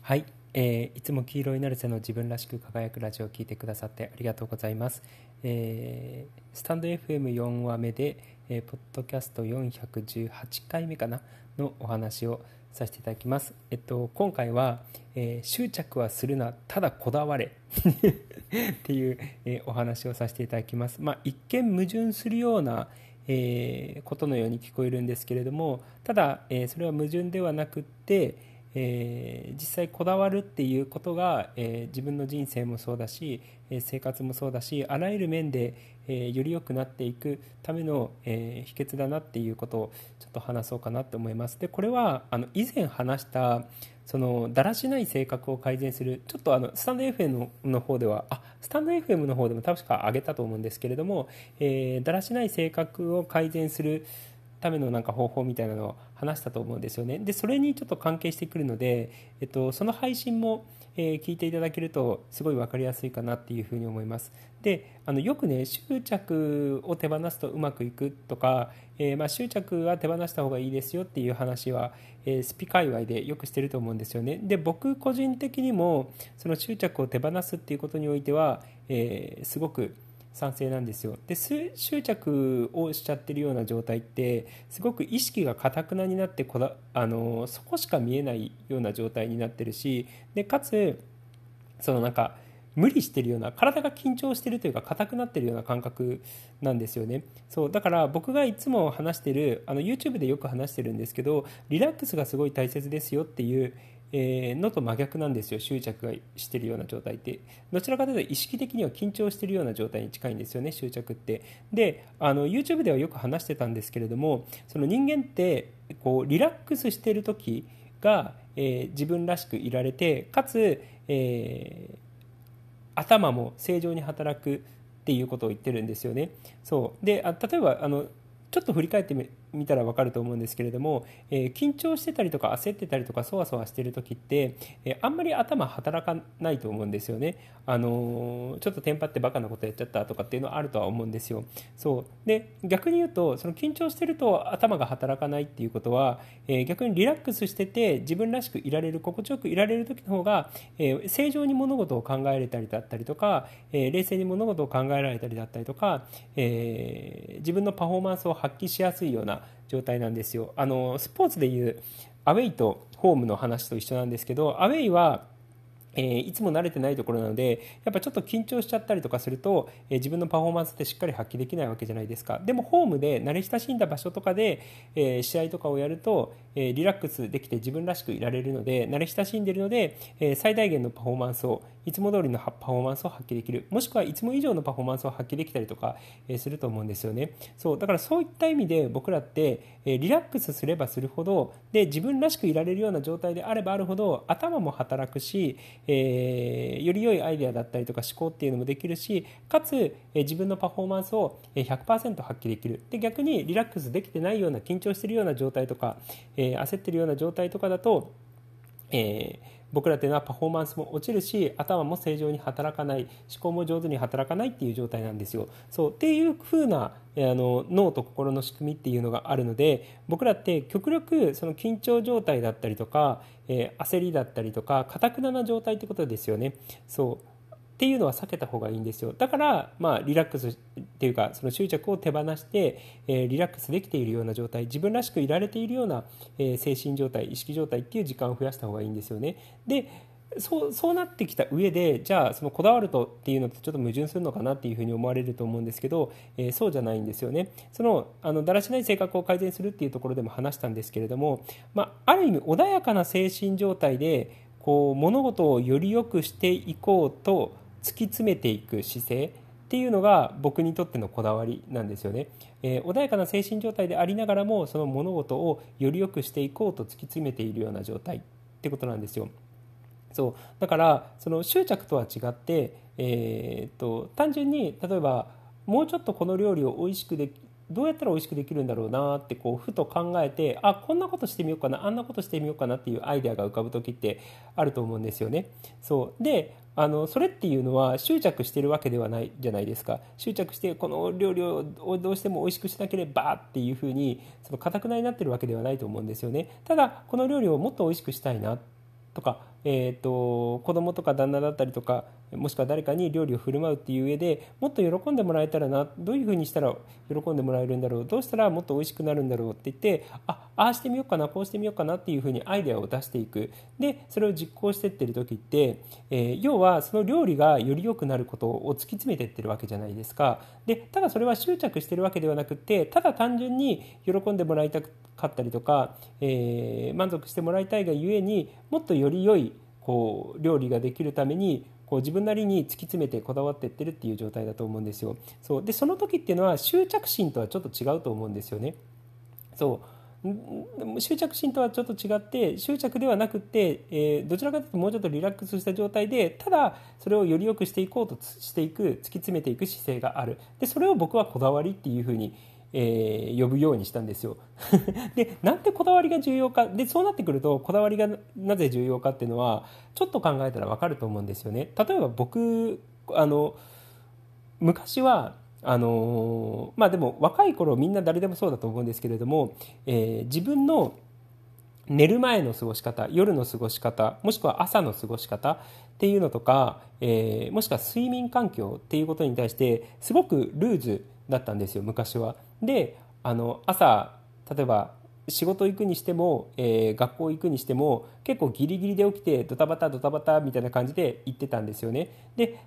はい、いつも黄色いナルセの自分らしく輝くラジオを聞いてくださってありがとうございます。スタンド FM4 話目で、ポッドキャスト418回目かなのお話をさせていただきます。今回は、執着はするな、ただこだわれっていう、お話をさせていただきます。一見矛盾するようなことのように聞こえるんですけれども、ただ、それは矛盾ではなくって、実際こだわるっていうことが、自分の人生もそうだし、生活もそうだし、あらゆる面で、より良くなっていくための、秘訣だなっていうことをちょっと話そうかなと思います。でこれは以前話したそのだらしない性格を改善する、ちょっとスタンド FM の方ではスタンド FM の方でも確か挙げたと思うんですけれども、だらしない性格を改善するためのなんか方法みたいなのを話したと思うんですよね。でそれにちょっと関係してくるので、その配信も、聞いていただけるとすごい分かりやすいかなっていうふうに思います。でよくね、執着を手放すとうまくいくとか、執着は手放した方がいいですよっていう話は、スピ界隈でよくしてると思うんですよね。で僕個人的にもその執着を手放すっていうことにおいては、すごく賛成なんですよ。で執着をしちゃってるような状態ってすごく意識がかたくなになってそこしか見えないような状態になってるし、でかつそのなんか無理してるような、体が緊張してるというか硬くなってるような感覚なんですよね。そうだから僕がいつも話してるYouTube でよく話してるんですけど、リラックスがすごい大切ですよっていうのと真逆なんですよ。執着がしているような状態ってどちらかというと意識的には緊張しているような状態に近いんですよね、執着って。でYouTube ではよく話してたんですけれども、その人間ってこうリラックスしている時が、自分らしくいられて、かつ、頭も正常に働くっていうことを言ってるんですよね。そうで例えばちょっと振り返ってみたら分かると思うんですけれども、緊張してたりとか焦ってたりとかそわそわしてる時って、あんまり頭働かないと思うんですよね。ちょっとテンパってバカなことやっちゃったとかっていうのはあるとは思うんですよ。そうで逆に言うと、その緊張してると頭が働かないっていうことは、逆にリラックスしてて自分らしくいられる、心地よくいられる時の方が、正常に物事を考えれたりだったりとか、冷静に物事を考えられたりだったりとか、自分のパフォーマンスを発揮しやすいような状態なんですよ。スポーツでいうアウェイとホームの話と一緒なんですけど、アウェイはいつも慣れてないところなのでやっぱちょっと緊張しちゃったりとかすると、自分のパフォーマンスってしっかり発揮できないわけじゃないですか。でもホームで慣れ親しんだ場所とかで、試合とかをやると、リラックスできて自分らしくいられるので、慣れ親しんでいるので、最大限のパフォーマンスを、いつも通りのパフォーマンスを発揮できる、もしくはいつも以上のパフォーマンスを発揮できたりとか、すると思うんですよね。そうだからそういった意味で僕らって、リラックスすればするほど、で自分らしくいられるような状態であればあるほど頭も働くし、より良いアイデアだったりとか思考っていうのもできるし、かつ、自分のパフォーマンスを100%発揮できる。で逆にリラックスできてないような、緊張しているような状態とか、焦っているような状態とかだと、僕らっていうのはパフォーマンスも落ちるし、頭も正常に働かない、思考も上手に働かないっていう状態なんですよ。そうっていう風な脳と心の仕組みっていうのがあるので、僕らって極力その緊張状態だったりとか、焦りだったりとか堅くなな状態ってことですよね。そうっていうのは避けた方がいいんですよ。だから、リラックスっていうかその執着を手放して、リラックスできているような状態、自分らしくいられているような、精神状態、意識状態っていう時間を増やした方がいいんですよね。でそうなってきた上で、じゃあそのこだわるとっていうのとちょっと矛盾するのかなっていうふうに思われると思うんですけど、そうじゃないんですよね。だらしない性格を改善するっていうところでも話したんですけれども、ある意味穏やかな精神状態でこう物事をより良くしていこうと突き詰めていく姿勢っていうのが僕にとってのこだわりなんですよね。穏やかな精神状態でありながらも、その物事をより良くしていこうと突き詰めているような状態ってことなんですよ。そうだからその執着とは違って、単純に例えばもうちょっとこの料理を美味しくどうやったら美味しくできるんだろうなってこうふと考えて、こんなことしてみようかな、あんなことしてみようかなっていうアイデアが浮かぶ時ってあると思うんですよね。そうでそれっていうのは執着しているわけではないじゃないですか。執着してこの料理をどうしても美味しくしなければっていうふうにその固くなになってるわけではないと思うんですよね。ただこの料理をもっと美味しくしたいなとか子供とか旦那だったりとか、もしくは誰かに料理を振る舞うっていう上でもっと喜んでもらえたらな、どういうふうにしたら喜んでもらえるんだろう、どうしたらもっと美味しくなるんだろうって言って、ああしてみようかな、こうしてみようかなっていうふうにアイデアを出していく。でそれを実行していってる時って、要はその料理がより良くなることを突き詰めていってるわけじゃないですか。でただそれは執着してるわけではなくて、ただ単純に喜んでもらいたかったりとか、満足してもらいたいがゆえに、もっとより良い料理ができるために自分なりに突き詰めてこだわっていってるっていう状態だと思うんですよ。そうでその時っていうのは執着心とはちょっと違うと思うんですよね。執着心とはちょっと違って、執着ではなくて、どちらかというともうちょっとリラックスした状態で、ただそれをより良くしていこうとしていく、突き詰めていく姿勢がある。でそれを僕はこだわりっていうふうに、呼ぶようにしたんですよ。でなんでこだわりが重要かで、そうなってくるとこだわりがなぜ重要かっていうのはちょっと考えたら分かると思うんですよね。例えば僕昔はでも若い頃みんな誰でもそうだと思うんですけれども、自分の寝る前の過ごし方、夜の過ごし方、もしくは朝の過ごし方っていうのとか、もしくは睡眠環境っていうことに対してすごくルーズだったんですよ、昔は。で朝例えば仕事行くにしても、学校行くにしても結構ギリギリで起きてドタバタドタバタみたいな感じで行ってたんですよね。で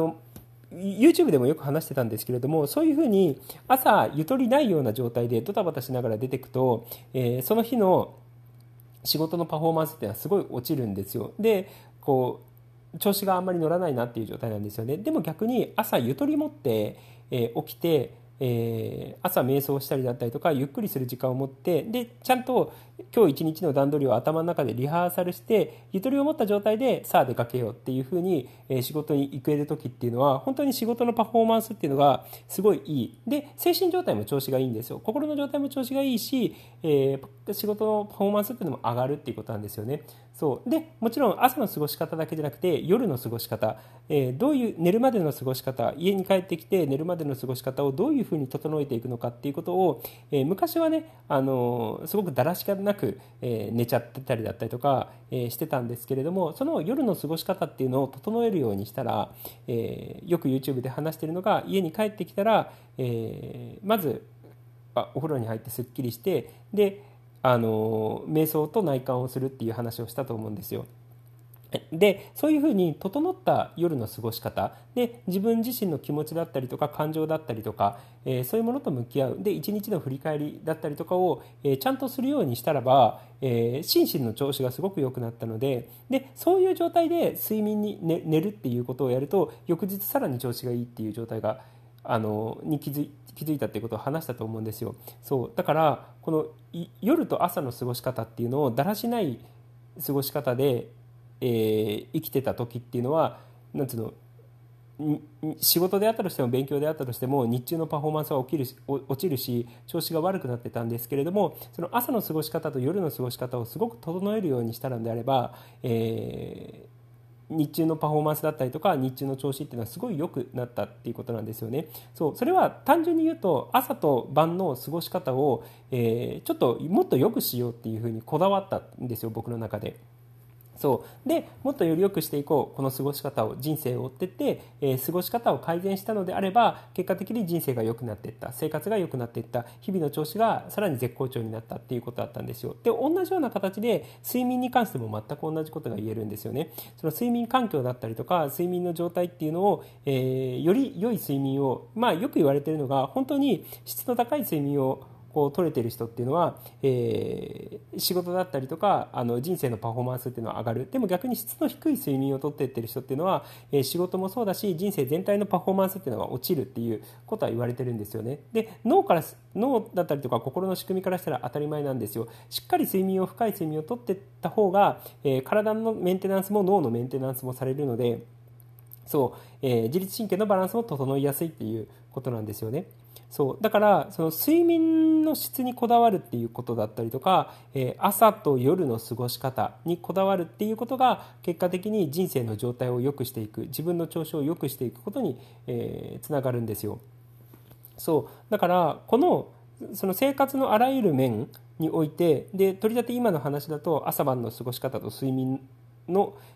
YouTube でもよく話してたんですけれども、そういうふうに朝ゆとりないような状態でドタバタしながら出てくと、その日の仕事のパフォーマンスっていうのはすごい落ちるんですよ。で調子があんまり乗らないなっていう状態なんですよね。でも逆に朝ゆとり持って、起きて、朝瞑想したりだったりとかゆっくりする時間を持って、でちゃんと今日一日の段取りを頭の中でリハーサルしてゆとりを持った状態でさあ出かけようっていうふうに、仕事に行ける時っていうのは本当に仕事のパフォーマンスっていうのがすごいいい。で精神状態も調子がいいんですよ。心の状態も調子がいいし、仕事のパフォーマンスっていうのも上がるっていうことなんですよね。そうでもちろん朝の過ごし方だけじゃなくて夜の過ごし方、どういう寝るまでの過ごし方、家に帰ってきて寝るまでの過ごし方をどういうふうに整えていくのかっていうことを、昔はねすごくだらしかなく、寝ちゃってたりだったりとか、してたんですけれども、その夜の過ごし方っていうのを整えるようにしたら、よく YouTube で話しているのが、家に帰ってきたら、まずお風呂に入ってすっきりして、で瞑想と内観をするっていう話をしたと思うんですよ。でそういうふうに整った夜の過ごし方で、自分自身の気持ちだったりとか感情だったりとか、そういうものと向き合うで一日の振り返りだったりとかを、ちゃんとするようにしたらば、心身の調子がすごく良くなったので、そういう状態で睡眠に、寝るっていうことをやると翌日さらに調子がいいっていう状態がに気づいたっていうことを話したと思うんですよ。そうだからこの夜と朝の過ごし方っていうのをだらしない過ごし方で、生きてた時っていうのはなんつうの、仕事であったとしても勉強であったとしても日中のパフォーマンスは落ちるし調子が悪くなってたんですけれども、その朝の過ごし方と夜の過ごし方をすごく整えるようにしたのであれば、日中のパフォーマンスだったりとか日中の調子っていうのはすごい良くなったっていうことなんですよね。それは単純に言うと朝と晩の過ごし方を、ちょっともっと良くしようっていうふうにこだわったんですよ、僕の中で。でもっとより良くしていこう、この過ごし方を人生を追っていって、過ごし方を改善したのであれば結果的に人生が良くなっていった、生活が良くなっていった、日々の調子がさらに絶好調になったっていうことだったんですよ。で同じような形で睡眠に関しても全く同じことが言えるんですよね。その睡眠環境だったりとか睡眠の状態っていうのを、より良い睡眠を、よく言われているのが本当に質の高い睡眠を取れてる人っていうのは、仕事だったりとか人生のパフォーマンスっていうのは上がる。でも逆に質の低い睡眠をとっていってる人っていうのは、仕事もそうだし人生全体のパフォーマンスっていうのが落ちるっていうことは言われてるんですよね。で脳だったりとか心の仕組みからしたら当たり前なんですよ。しっかり深い睡眠をとっていった方が、体のメンテナンスも脳のメンテナンスもされるので、自律神経のバランスも整いやすいっていうことなんですよね。だからその睡眠の質にこだわるっていうことだったりとか、朝と夜の過ごし方にこだわるっていうことが結果的に人生の状態を良くしていく、自分の調子を良くしていくことに、つながるんですよ。だからその生活のあらゆる面において、で取り立て今の話だと朝晩の過ごし方と睡眠の、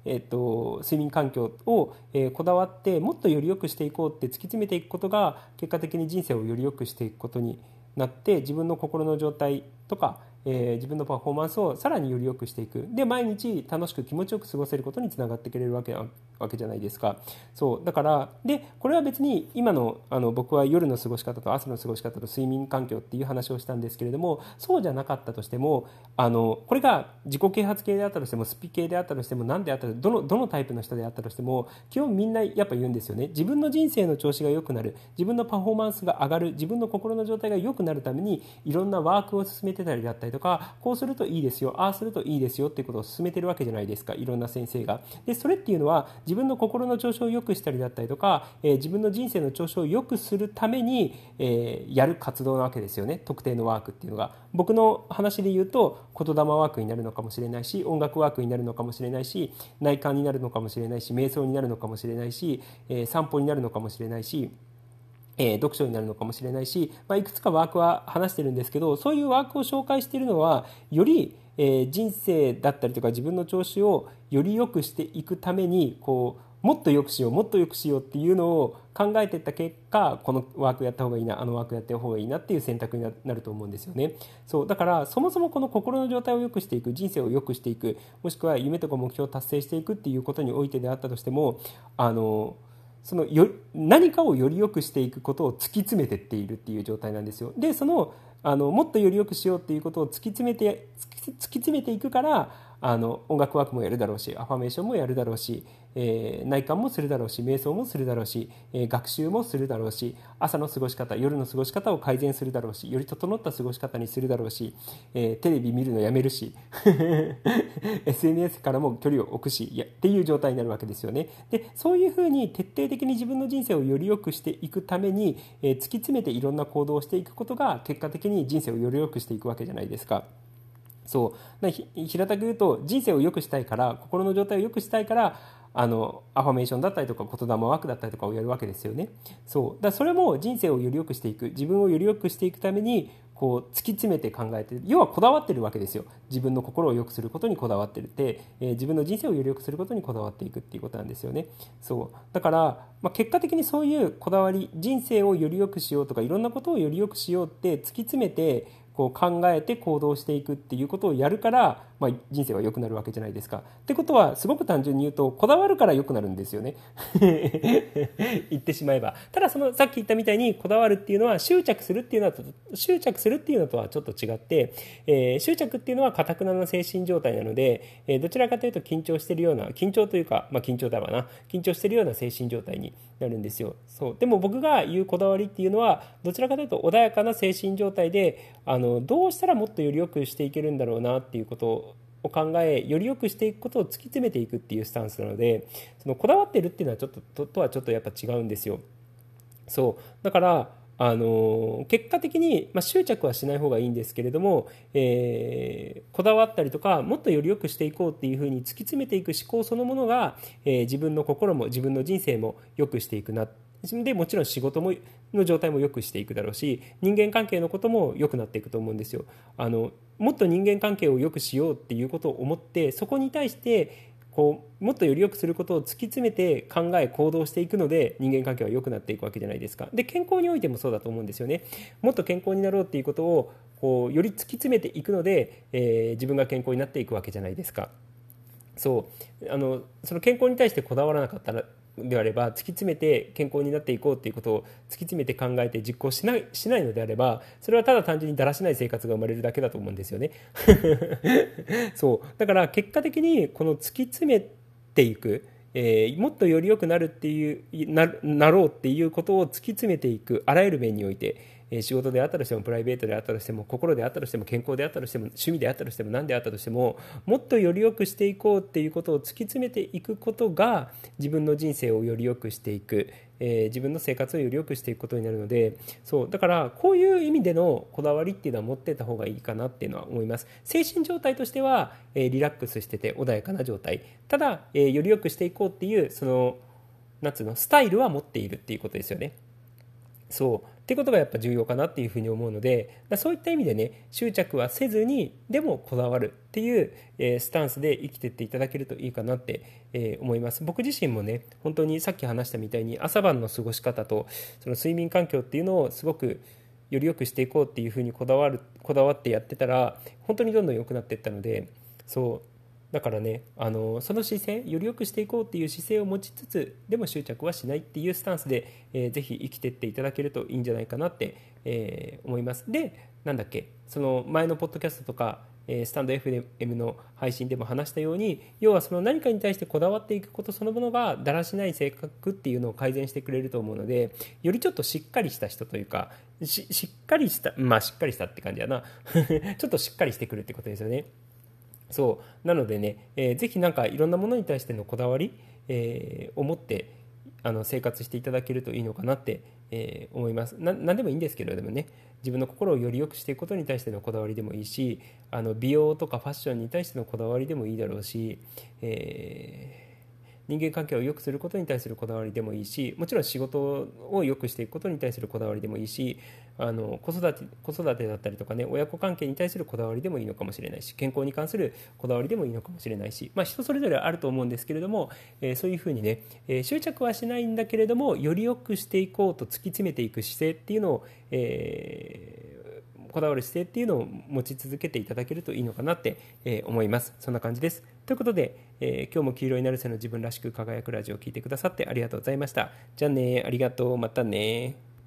睡眠環境を、こだわってもっとより良くしていこうって突き詰めていくことが結果的に人生をより良くしていくことになって、自分の心の状態とか、自分のパフォーマンスをさらにより良くしていく、で毎日楽しく気持ちよく過ごせることにつながってくれるわけじゃないですか。そうだからでこれは別に今の、僕は夜の過ごし方と朝の過ごし方と睡眠環境っていう話をしたんですけれども、そうじゃなかったとしてもこれが自己啓発系であったとしてもスピ系であったとしても何であったとどのタイプの人であったとしても基本みんなやっぱ言うんですよね。自分の人生の調子が良くなる、自分のパフォーマンスが上がる、自分の心の状態が良くなるためにいろんなワークを進めてたりだったりとか、こうするといいですよ、ああするといいですよっていうことを進めてるわけじゃないですか、いろんな先生が。でそれっていうのは自分の心の調子を良くしたりだったりとか、自分の人生の調子を良くするために、やる活動なわけですよね。特定のワークっていうのが僕の話で言うと言霊ワークになるのかもしれないし、音楽ワークになるのかもしれないし、内観になるのかもしれないし、瞑想になるのかもしれないし、散歩になるのかもしれないし、読書になるのかもしれないし、いくつかワークは話してるんですけど、そういうワークを紹介しているのはより、人生だったりとか自分の調子をより良くしていくためにもっと良くしようもっと良くしようっていうのを考えていった結果、このワークやった方がいいな、あのワークやった方がいいなっていう選択になると思うんですよね。そうだからそもそもこの心の状態を良くしていく、人生を良くしていく、もしくは夢とか目標を達成していくっていうことにおいてであったとしても、何かをより良くしていくことを突き詰めていっているっていう状態なんですよ。でもっとより良くしようっていうことを突き詰めていくから、音楽ワークもやるだろうし、アファメーションもやるだろうし、内観もするだろうし、瞑想もするだろうし、学習もするだろうし、朝の過ごし方、夜の過ごし方を改善するだろうし、より整った過ごし方にするだろうし、テレビ見るのやめるしSNS からも距離を置くしっていう状態になるわけですよね。でそういうふうに徹底的に自分の人生をより良くしていくために、突き詰めていろんな行動をしていくことが結果的に人生をより良くしていくわけじゃないですか。そう平たく言うと、人生を良くしたいから、心の状態を良くしたいから、アファメーションだったりとか言霊ワークだったりとかをやるわけですよね。それも人生をより良くしていく、自分をより良くしていくために突き詰めて考えて、要はこだわってるわけですよ。自分の心を良くすることにこだわってるって、自分の人生をより良くすることにこだわっていくっていうことなんですよね。だから、結果的にそういうこだわり、人生をより良くしようとかいろんなことをより良くしようって突き詰めて考えて行動していくっていうことをやるから、人生は良くなるわけじゃないですか。ってことはすごく単純に言うと、こだわるから良くなるんですよね言ってしまえば。たださっき言ったみたいに、こだわるっていうのは執着するっていうのとはちょっと違って、執着っていうのは堅くなな精神状態なので、どちらかというと緊張しているような、緊張というか、緊張だわな、緊張しているような精神状態になるんですよ。でも僕が言うこだわりっていうのは、どちらかというと穏やかな精神状態で、どうしたらもっとより良くしていけるんだろうなっていうことを考え、より良くしていくことを突き詰めていくっていうスタンスなので、こだわってるっていうのはとはちょっとやっぱ違うんですよ。だから結果的に、執着はしない方がいいんですけれども、こだわったりとかもっとより良くしていこうっていうふうに突き詰めていく思考そのものが、自分の心も自分の人生も良くしていくな。でもちろん仕事の状態も良くしていくだろうし、人間関係のことも良くなっていくと思うんですよ。もっと人間関係を良くしようっていうことを思って、そこに対してもっとより良くすることを突き詰めて考え行動していくので、人間関係は良くなっていくわけじゃないですか。で健康においてもそうだと思うんですよね。もっと健康になろうっていうことをより突き詰めていくので、自分が健康になっていくわけじゃないですか。その健康に対してこだわらなかったらであれば、突き詰めて健康になっていこうということを突き詰めて考えて実行しないのであれば、それはただ単純にだらしない生活が生まれるだけだと思うんですよねだから結果的にこの突き詰めていく、もっとより良くなるっていうなろうっていうことを突き詰めていく、あらゆる面において、仕事であったとしても、プライベートであったとしても、心であったとしても、健康であったとしても、趣味であったとしても、何であったとしても、もっとより良くしていこうっていうことを突き詰めていくことが、自分の人生をより良くしていく、自分の生活をより良くしていくことになるので、だからこういう意味でのこだわりっていうのは持っていた方がいいかなっていうのは思います。精神状態としては、リラックスしてて穏やかな状態、ただ、より良くしていこうっていうスタイルは持っているっていうことですよね。 そうってことがやっぱ重要かなっていうふうに思うので、そういった意味でね、執着はせずにでもこだわるっていう、スタンスで生きていっていただけるといいかなって、思います。僕自身もね、本当にさっき話したみたいに朝晩の過ごし方とその睡眠環境っていうのをすごくより良くしていこうっていうふうにこだわってやってたら本当にどんどん良くなっていったので、そうだからね、その姿勢、より良くしていこうっていう姿勢を持ちつつでも執着はしないっていうスタンスで、ぜひ生きていっていただけるといいんじゃないかなって、思います。で、なんだっけ、その前のポッドキャストとか、スタンド FM の配信でも話したように、要はその何かに対してこだわっていくことそのものがだらしない性格っていうのを改善してくれると思うので、よりちょっとしっかりした人というか、しっかりしたしっかりしたって感じやなちょっとしっかりしてくるってことですよね。そうなのでね、ぜひなんかいろんなものに対してのこだわり、を持って生活していただけるといいのかなって、思います。何でもいいんですけれどもね、自分の心をより良くしていくことに対してのこだわりでもいいし、美容とかファッションに対してのこだわりでもいいだろうし、人間関係を良くすることに対するこだわりでもいいし、もちろん仕事を良くしていくことに対するこだわりでもいいし、子育てだったりとかね、親子関係に対するこだわりでもいいのかもしれないし、健康に関するこだわりでもいいのかもしれないし、人それぞれあると思うんですけれども、そういうふうにね、執着はしないんだけれどもより良くしていこうと突き詰めていく姿勢っていうのを、こだわる姿勢っていうのを持ち続けていただけるといいのかなって、思います。そんな感じです。ということで、今日も黄色いナルセの自分らしく輝くラジオを聞いてくださってありがとうございました。じゃあね、ありがとう、またね。